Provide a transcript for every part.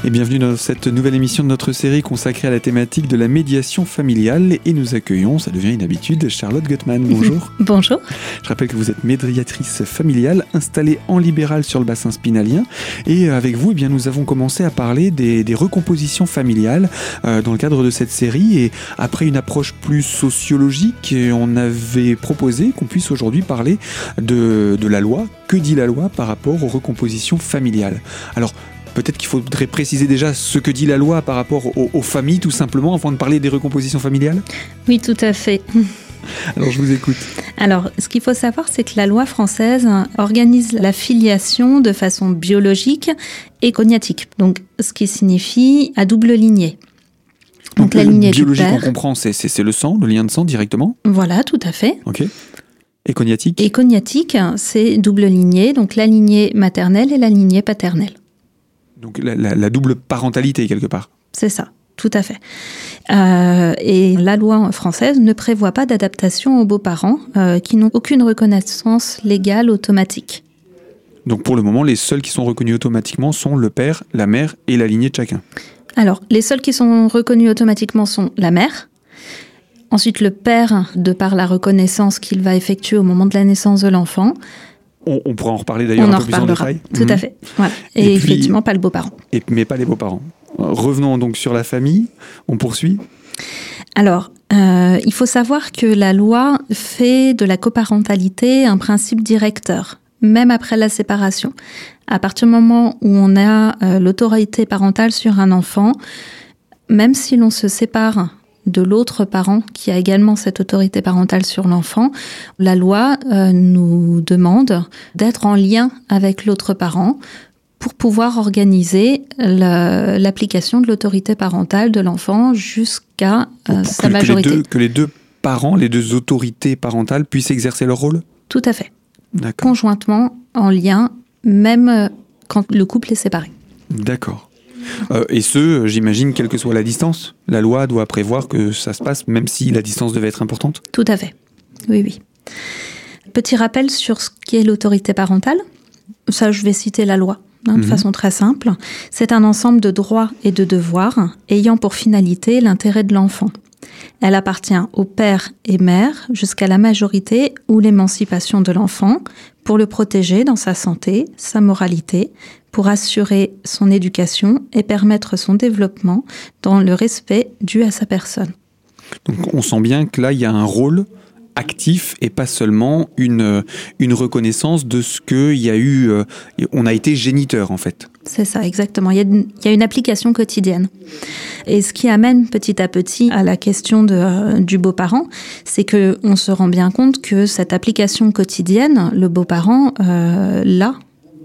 Et bienvenue dans cette nouvelle émission de notre série consacrée à la thématique de la médiation familiale. Et nous accueillons, ça devient une habitude, Charlotte Gutmann. Bonjour. Bonjour. Je rappelle que vous êtes médiatrice familiale installée en libéral sur le bassin spinalien. Et avec vous, eh bien, nous avons commencé à parler des recompositions familiales dans le cadre de cette série. Et après une approche plus sociologique, on avait proposé qu'on puisse aujourd'hui parler de la loi. Que dit la loi par rapport aux recompositions familiales ? Alors, peut-être qu'il faudrait préciser déjà ce que dit la loi par rapport aux familles, tout simplement, avant de parler des recompositions familiales ? Oui, tout à fait. Alors, je vous écoute. Alors, ce qu'il faut savoir, c'est que la loi française organise la filiation de façon biologique et cognatique. Donc, ce qui signifie à double lignée. Donc la lignée biologique, on comprend, c'est le sang, le lien de sang directement ? Voilà, tout à fait. Ok. Et cognatique ? Et cognatique, c'est double lignée, donc la lignée maternelle et la lignée paternelle. Donc la double parentalité, quelque part. C'est ça, tout à fait. Et la loi française ne prévoit pas d'adaptation aux beaux-parents qui n'ont aucune reconnaissance légale automatique. Donc pour le moment, les seuls qui sont reconnus automatiquement sont le père, la mère et la lignée de chacun. Alors, les seuls qui sont reconnus automatiquement sont la mère, ensuite le père, de par la reconnaissance qu'il va effectuer au moment de la naissance de l'enfant. On pourra en reparler d'ailleurs un peu plus en détail. Tout à fait. Voilà. Et effectivement, pas le beau-parent. Mais pas les beaux-parents. Revenons donc sur la famille. On poursuit. Alors, il faut savoir que la loi fait de la coparentalité un principe directeur, même après la séparation. À partir du moment où on a l'autorité parentale sur un enfant, même si l'on se sépare de l'autre parent qui a également cette autorité parentale sur l'enfant, la loi nous demande d'être en lien avec l'autre parent pour pouvoir organiser l'application de l'autorité parentale de l'enfant jusqu'à sa majorité. Que les deux parents, les deux autorités parentales puissent exercer leur rôle ? Tout à fait. D'accord. Conjointement, en lien, même quand le couple est séparé. D'accord. Et j'imagine, quelle que soit la distance, la loi doit prévoir que ça se passe, même si la distance devait être importante ? Tout à fait. Oui, oui. Petit rappel sur ce qu'est l'autorité parentale. Ça, je vais citer la loi, de façon très simple. C'est un ensemble de droits et de devoirs ayant pour finalité l'intérêt de l'enfant. Elle appartient au père et mère jusqu'à la majorité ou l'émancipation de l'enfant pour le protéger dans sa santé, sa moralité, pour assurer son éducation et permettre son développement dans le respect dû à sa personne. Donc on sent bien que là, il y a un rôle actif et pas seulement une reconnaissance de ce qu'il y a eu. On a été géniteur, en fait. C'est ça, exactement. Il y a une application quotidienne. Et ce qui amène petit à petit à la question du beau-parent, c'est qu'on se rend bien compte que cette application quotidienne, le beau-parent l'a.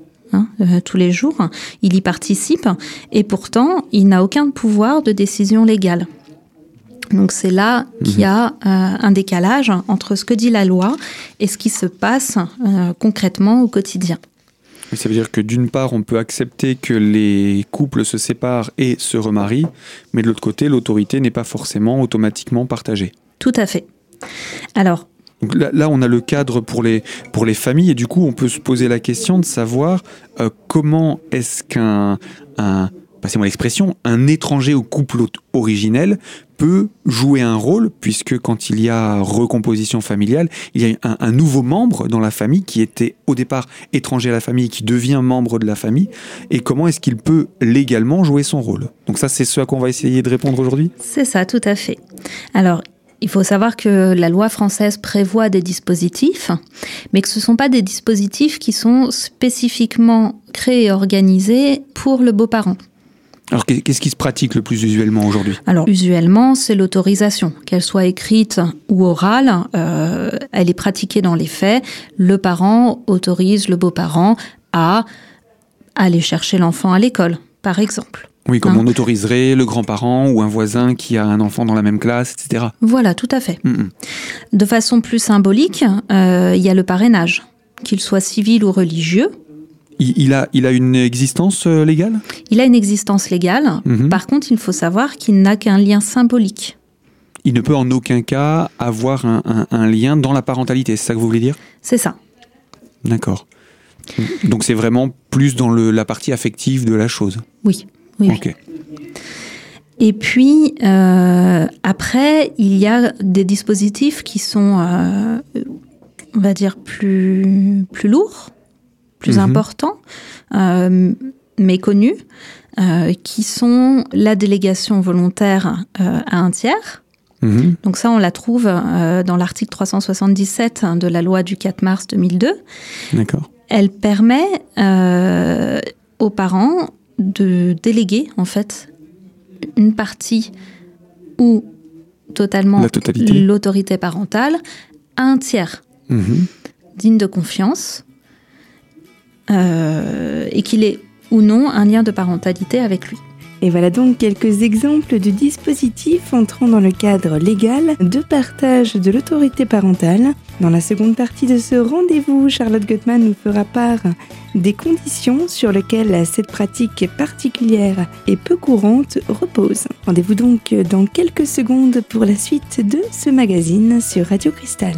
Tous les jours, il y participe et pourtant, il n'a aucun pouvoir de décision légale. Donc c'est là qu'il y a un décalage entre ce que dit la loi et ce qui se passe concrètement au quotidien. Ça veut dire que d'une part, on peut accepter que les couples se séparent et se remarient, mais de l'autre côté, l'autorité n'est pas forcément automatiquement partagée. Tout à fait. Alors, donc là, on a le cadre pour les familles et du coup, on peut se poser la question de savoir comment est-ce passez-moi l'expression, un étranger au couple originel peut jouer un rôle, puisque quand il y a recomposition familiale, il y a un nouveau membre dans la famille qui était au départ étranger à la famille, qui devient membre de la famille, et comment est-ce qu'il peut légalement jouer son rôle ? Donc ça, c'est ce à quoi on va essayer de répondre aujourd'hui ? C'est ça, tout à fait. Alors, il faut savoir que la loi française prévoit des dispositifs, mais que ce ne sont pas des dispositifs qui sont spécifiquement créés et organisés pour le beau-parent. Alors, qu'est-ce qui se pratique le plus usuellement aujourd'hui ? Alors, usuellement, c'est l'autorisation. Qu'elle soit écrite ou orale, elle est pratiquée dans les faits. Le parent autorise le beau-parent à aller chercher l'enfant à l'école, par exemple. Oui, comme on autoriserait le grand-parent ou un voisin qui a un enfant dans la même classe, etc. Voilà, tout à fait. De façon plus symbolique, il y a le parrainage, qu'il soit civil ou religieux. Il a une existence légale ? Il a une existence légale. Par contre, il faut savoir qu'il n'a qu'un lien symbolique. Il ne peut en aucun cas avoir un lien dans la parentalité, c'est ça que vous voulez dire ? C'est ça. D'accord. Donc c'est vraiment plus dans la partie affective de la chose. Oui. Oui. Ok. Et puis, après, il y a des dispositifs qui sont, on va dire, plus lourds, plus importants, mais connus, qui sont la délégation volontaire à un tiers. Donc ça, on la trouve dans l'article 377 de la loi du 4 mars 2002. D'accord. Elle permet aux parents de déléguer, en fait, une partie ou totalement l'autorité parentale à un tiers digne de confiance et qu'il ait ou non un lien de parentalité avec lui. Et voilà donc quelques exemples de dispositifs entrant dans le cadre légal de partage de l'autorité parentale. Dans la seconde partie de ce rendez-vous, Charlotte Gottman nous fera part des conditions sur lesquelles cette pratique particulière et peu courante repose. Rendez-vous donc dans quelques secondes pour la suite de ce magazine sur Radio Cristal.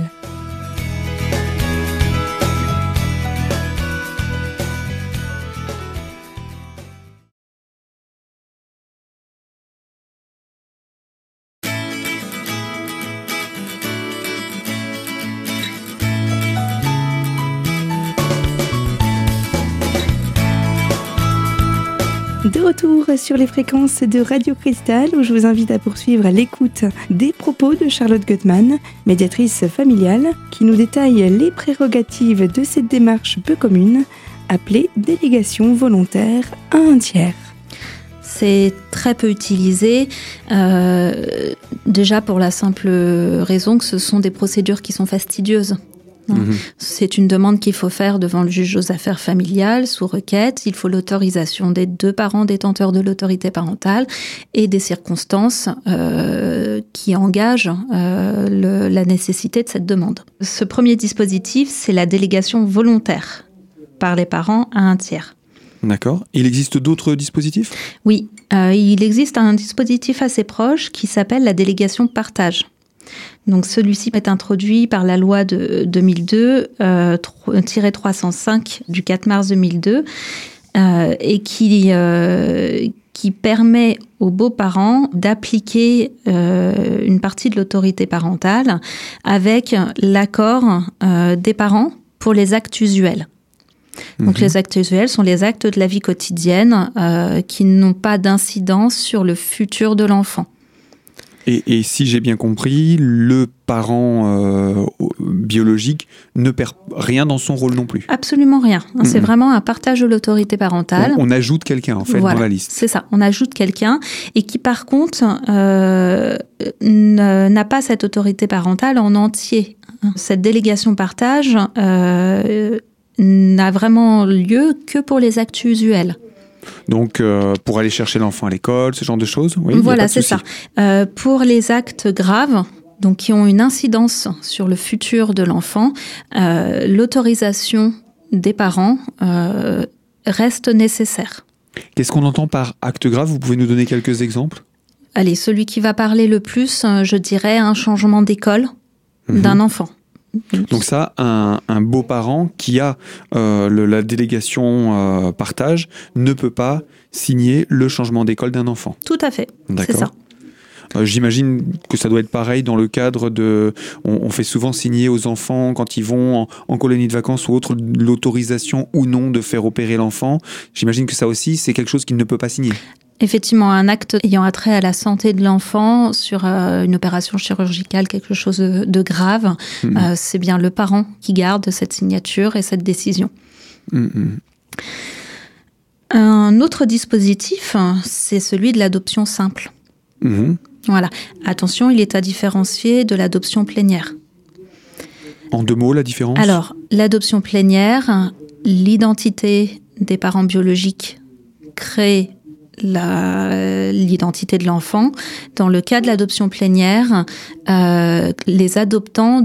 De retour sur les fréquences de Radio Cristal, où je vous invite à poursuivre l'écoute des propos de Charlotte Gottman, médiatrice familiale, qui nous détaille les prérogatives de cette démarche peu commune, appelée délégation volontaire à un tiers. C'est très peu utilisé, déjà pour la simple raison que ce sont des procédures qui sont fastidieuses. C'est une demande qu'il faut faire devant le juge aux affaires familiales sous requête. Il faut l'autorisation des deux parents détenteurs de l'autorité parentale et des circonstances qui engagent la nécessité de cette demande. Ce premier dispositif, c'est la délégation volontaire par les parents à un tiers. D'accord. Il existe d'autres dispositifs ? Oui, il existe un dispositif assez proche qui s'appelle la délégation partage. Donc celui-ci est introduit par la loi de 2002-305 du 4 mars 2002 et qui permet aux beaux-parents d'appliquer une partie de l'autorité parentale avec l'accord des parents pour les actes usuels. Donc les actes usuels sont les actes de la vie quotidienne qui n'ont pas d'incidence sur le futur de l'enfant. Et si j'ai bien compris, le parent biologique ne perd rien dans son rôle non plus. Absolument rien. C'est vraiment un partage de l'autorité parentale. On ajoute quelqu'un, en fait, dans la liste. C'est ça. On ajoute quelqu'un et qui, par contre, n'a pas cette autorité parentale en entier. Cette délégation partage n'a vraiment lieu que pour les actes usuels. Donc, pour aller chercher l'enfant à l'école, ce genre de choses, oui. Voilà, c'est ça. Pour les actes graves, donc qui ont une incidence sur le futur de l'enfant, l'autorisation des parents reste nécessaire. Qu'est-ce qu'on entend par acte grave ? Vous pouvez nous donner quelques exemples ? Allez, celui qui va parler le plus, je dirais un changement d'école d'un enfant. Donc ça, un beau-parent qui a la délégation partage ne peut pas signer le changement d'école d'un enfant. Tout à fait, c'est ça. J'imagine que ça doit être pareil dans le cadre de... On fait souvent signer aux enfants quand ils vont en colonie de vacances ou autre l'autorisation ou non de faire opérer l'enfant. J'imagine que ça aussi, c'est quelque chose qu'il ne peut pas signer. Effectivement, un acte ayant attrait à la santé de l'enfant sur une opération chirurgicale, quelque chose de grave, c'est bien le parent qui garde cette signature et cette décision. Un autre dispositif, c'est celui de l'adoption simple. Voilà. Attention, il est à différencier de l'adoption plénière. En deux mots, la différence ? Alors, l'adoption plénière, l'identité des parents biologiques crée l'identité de l'enfant. Dans le cas de l'adoption plénière, les adoptants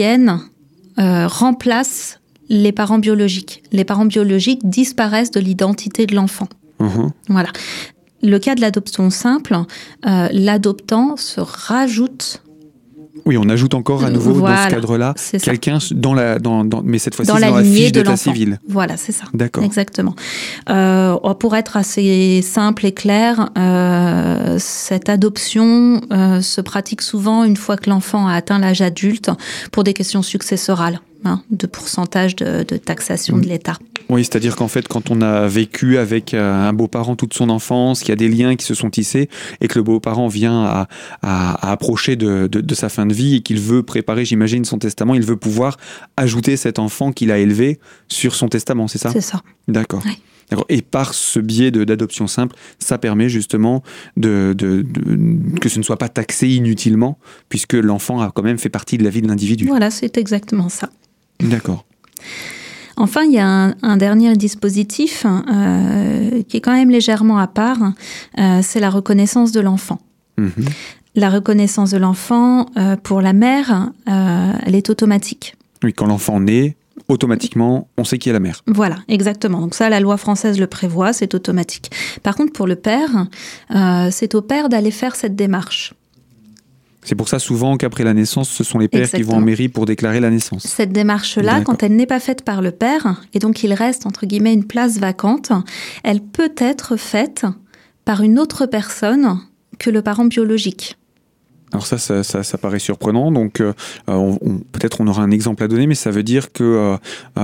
remplacent les parents biologiques. Les parents biologiques disparaissent de l'identité de l'enfant. Voilà. Le cas de l'adoption simple, l'adoptant se rajoute Oui, on ajoute encore à nouveau Voilà, dans ce cadre-là c'est ça. quelqu'un mais cette fois-ci Dans la dans la lignée fiche de d'état l'enfant. civil. Voilà, c'est ça. D'accord. Exactement. Pour être assez simple et clair, cette adoption se pratique souvent une fois que l'enfant a atteint l'âge adulte pour des questions successorales, de pourcentage de taxation de l'État. Oui, c'est-à-dire qu'en fait, quand on a vécu avec un beau-parent toute son enfance, qu'il y a des liens qui se sont tissés et que le beau-parent vient à approcher de sa fin de vie et qu'il veut préparer, j'imagine, son testament, il veut pouvoir ajouter cet enfant qu'il a élevé sur son testament, c'est ça ? C'est ça. D'accord. Oui. D'accord. Et par ce biais d'adoption simple, ça permet justement que ce ne soit pas taxé inutilement, puisque l'enfant a quand même fait partie de la vie de l'individu. Voilà, c'est exactement ça. D'accord. Enfin, il y a un dernier dispositif qui est quand même légèrement à part, c'est la reconnaissance de l'enfant. Mhm. La reconnaissance de l'enfant, pour la mère, elle est automatique. Oui, quand l'enfant naît, automatiquement, on sait qui est la mère. Voilà, exactement. Donc ça, la loi française le prévoit, c'est automatique. Par contre, pour le père, c'est au père d'aller faire cette démarche. C'est pour ça souvent qu'après la naissance, ce sont les pères qui vont en mairie pour déclarer la naissance. Cette démarche-là, D'accord. quand elle n'est pas faite par le père, et donc il reste, entre guillemets, une place vacante, elle peut être faite par une autre personne que le parent biologique. Alors ça paraît surprenant, donc peut-être on aura un exemple à donner, mais ça veut dire que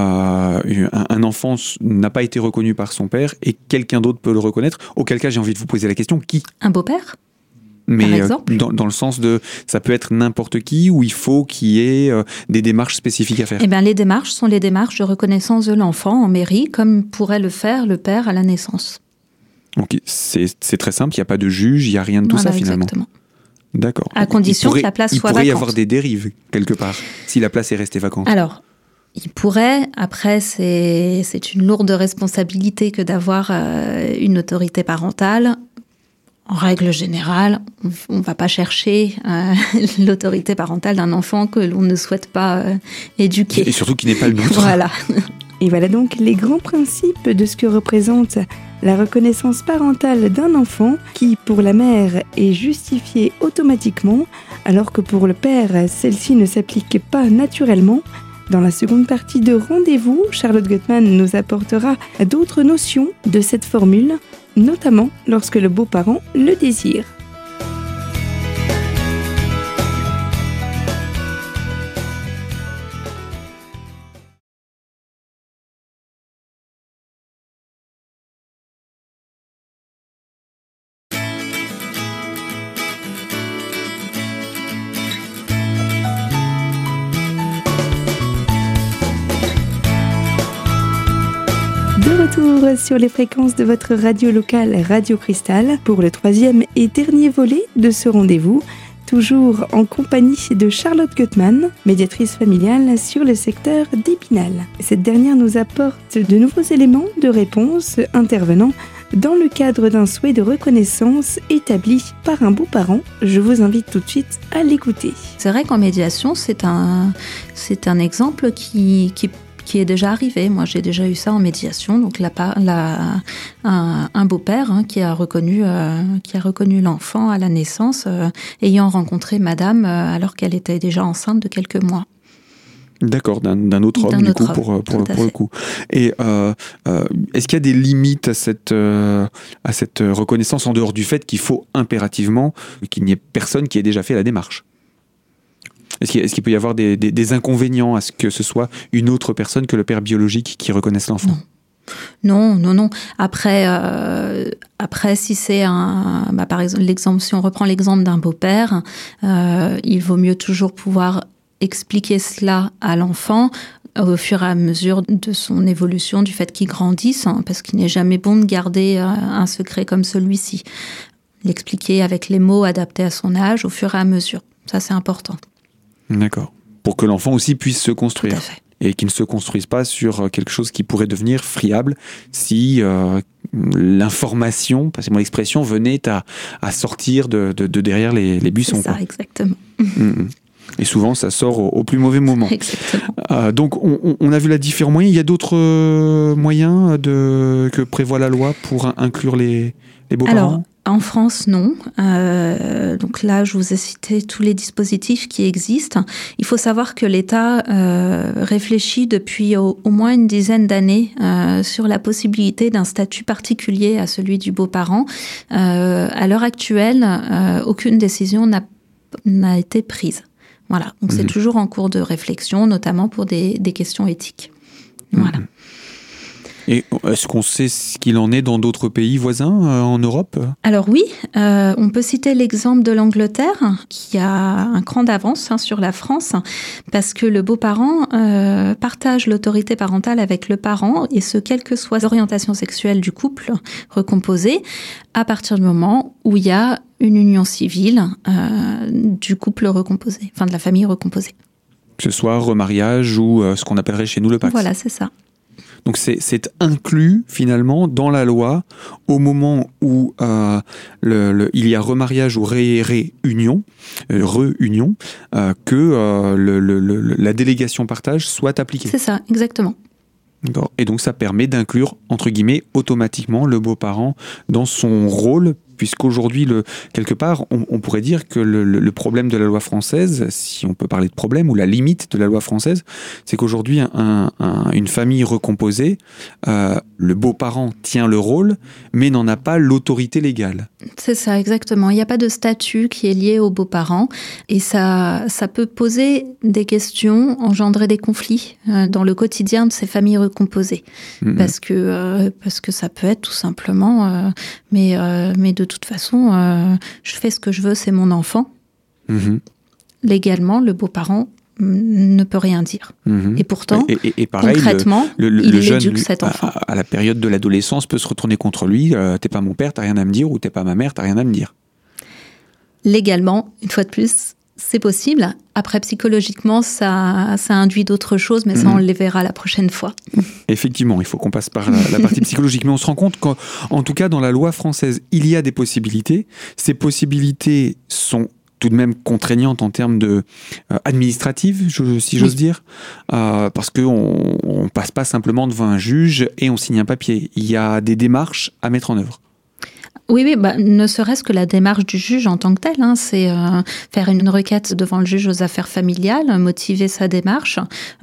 un enfant n'a pas été reconnu par son père et quelqu'un d'autre peut le reconnaître, auquel cas j'ai envie de vous poser la question, qui ? Un beau-père ? Mais par exemple dans le sens de, ça peut être n'importe qui, ou il faut qu'il y ait des démarches spécifiques à faire. Eh bien, les démarches sont les démarches de reconnaissance de l'enfant en mairie, comme pourrait le faire le père à la naissance. Donc c'est très simple, il n'y a pas de juge, il n'y a rien de tout ça finalement. Exactement. D'accord. À condition que la place soit vacante. Il pourrait y avoir des dérives quelque part, si la place est restée vacante. Alors, il pourrait, après c'est une lourde responsabilité que d'avoir une autorité parentale. En règle générale, on ne va pas chercher l'autorité parentale d'un enfant que l'on ne souhaite pas éduquer. Et surtout qui n'est pas le nôtre. Voilà. Et voilà donc les grands principes de ce que représente la reconnaissance parentale d'un enfant qui, pour la mère, est justifiée automatiquement, alors que pour le père, celle-ci ne s'applique pas naturellement. Dans la seconde partie de Rendez-vous, Charlotte Gottman nous apportera d'autres notions de cette formule, notamment lorsque le beau-parent le désire. De retour sur les fréquences de votre radio locale Radio Cristal pour le troisième et dernier volet de ce rendez-vous, toujours en compagnie de Charlotte Gottman, médiatrice familiale sur le secteur d'Épinal. Cette dernière nous apporte de nouveaux éléments de réponse intervenant dans le cadre d'un souhait de reconnaissance établi par un beau-parent. Je vous invite tout de suite à l'écouter. C'est vrai qu'en médiation, c'est un exemple qui est déjà arrivé. Moi, j'ai déjà eu ça en médiation. Donc, un beau-père qui a reconnu l'enfant à la naissance, ayant rencontré madame alors qu'elle était déjà enceinte de quelques mois. D'accord, d'un autre homme, du coup, pour le coup. Et est-ce qu'il y a des limites à cette reconnaissance en dehors du fait qu'il faut impérativement qu'il n'y ait personne qui ait déjà fait la démarche ? Est-ce qu'il peut y avoir des inconvénients à ce que ce soit une autre personne que le père biologique qui reconnaisse l'enfant ? Non. Après, si c'est par exemple, si on reprend l'exemple d'un beau-père, il vaut mieux toujours pouvoir expliquer cela à l'enfant au fur et à mesure de son évolution, du fait qu'il grandisse, parce qu'il n'est jamais bon de garder un secret comme celui-ci. L'expliquer avec les mots adaptés à son âge au fur et à mesure. Ça, c'est important. D'accord. Pour que l'enfant aussi puisse se construire. Tout à fait. Et qu'il ne se construise pas sur quelque chose qui pourrait devenir friable si l'information, passez-moi l'expression, venait à sortir de derrière les buissons. C'est ça, quoi. exactement. Et souvent, ça sort au plus mauvais moment. Exactement. Donc, on a vu la différents moyens. Il y a d'autres moyens que prévoit la loi pour inclure les beaux-parents ? En France, non. Donc là, je vous ai cité tous les dispositifs qui existent. Il faut savoir que l'État réfléchit depuis au moins une dizaine d'années sur la possibilité d'un statut particulier à celui du beau-parent. À l'heure actuelle, aucune décision n'a été prise. Voilà. Donc c'est toujours en cours de réflexion, notamment pour des questions éthiques. Voilà. Et est-ce qu'on sait ce qu'il en est dans d'autres pays voisins en Europe ? Alors oui, on peut citer l'exemple de l'Angleterre, qui a un cran d'avance sur la France, parce que le beau-parent partage l'autorité parentale avec le parent, et ce, quelle que soit l'orientation sexuelle du couple recomposé, à partir du moment où il y a une union civile du couple recomposé, enfin de la famille recomposée. Que ce soit remariage ou ce qu'on appellerait chez nous le Pacs. Voilà, c'est ça. Donc c'est inclus finalement dans la loi au moment où il y a remariage ou réunion, que la délégation partage soit appliquée. C'est ça, exactement. D'accord. Et donc ça permet d'inclure, entre guillemets, automatiquement le beau-parent dans son rôle, puisqu'aujourd'hui, quelque part, on pourrait dire que le problème de la loi française, si on peut parler de problème, ou la limite de la loi française, c'est qu'aujourd'hui, une famille recomposée, le beau-parent tient le rôle, mais n'en a pas l'autorité légale. C'est ça, exactement. Il n'y a pas de statut qui est lié au beau-parent, et ça peut poser des questions, engendrer des conflits dans le quotidien de ces familles recomposées. Parce que ça peut être tout simplement... Mais de toute façon, je fais ce que je veux, c'est mon enfant. Légalement, le beau-parent ne peut rien dire. Et pourtant, et pareil, concrètement, le jeune, éduque cet enfant. À la période de l'adolescence, peut se retourner contre lui. T'es pas mon père, t'as rien à me dire, ou t'es pas ma mère, t'as rien à me dire. Légalement, une fois de plus, c'est possible. Après, psychologiquement, ça induit d'autres choses, mais ça, on les verra la prochaine fois. Effectivement, il faut qu'on passe par la partie psychologique. Mais on se rend compte qu'en tout cas, dans la loi française, il y a des possibilités. Ces possibilités sont tout de même contraignantes en termes administratives, si j'ose dire, parce qu'on ne passe pas simplement devant un juge et on signe un papier. Il y a des démarches à mettre en œuvre. Oui, ne serait-ce que la démarche du juge en tant que telle, c'est faire une requête devant le juge aux affaires familiales, motiver sa démarche.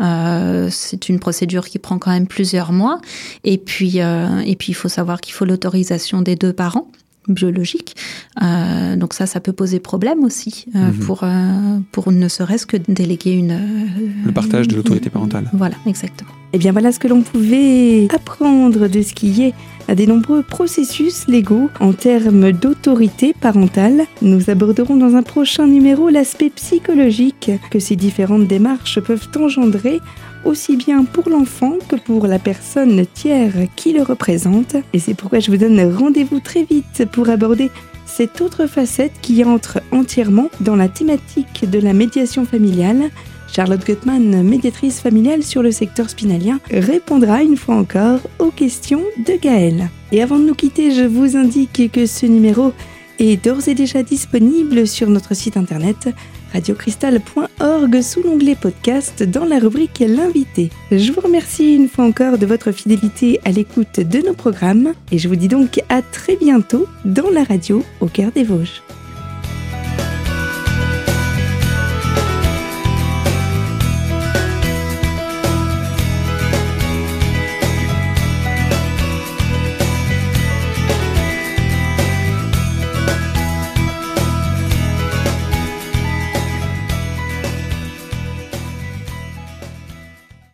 C'est une procédure qui prend quand même plusieurs mois. Et puis il faut savoir qu'il faut l'autorisation des deux parents biologiques. Donc ça peut poser problème aussi pour ne serait-ce que déléguer le partage de l'autorité parentale. Voilà, exactement. Et bien voilà ce que l'on pouvait apprendre de ce qui est à des nombreux processus légaux en termes d'autorité parentale. Nous aborderons dans un prochain numéro l'aspect psychologique que ces différentes démarches peuvent engendrer, aussi bien pour l'enfant que pour la personne tiers qui le représente. Et c'est pourquoi je vous donne rendez-vous très vite pour aborder cette autre facette qui entre entièrement dans la thématique de la médiation familiale. Charlotte Gottman, médiatrice familiale sur le secteur spinalien, répondra une fois encore aux questions de Gaëlle. Et avant de nous quitter, je vous indique que ce numéro est d'ores et déjà disponible sur notre site internet radiocristal.org sous l'onglet podcast dans la rubrique l'invité. Je vous remercie une fois encore de votre fidélité à l'écoute de nos programmes et je vous dis donc à très bientôt dans la radio au cœur des Vosges.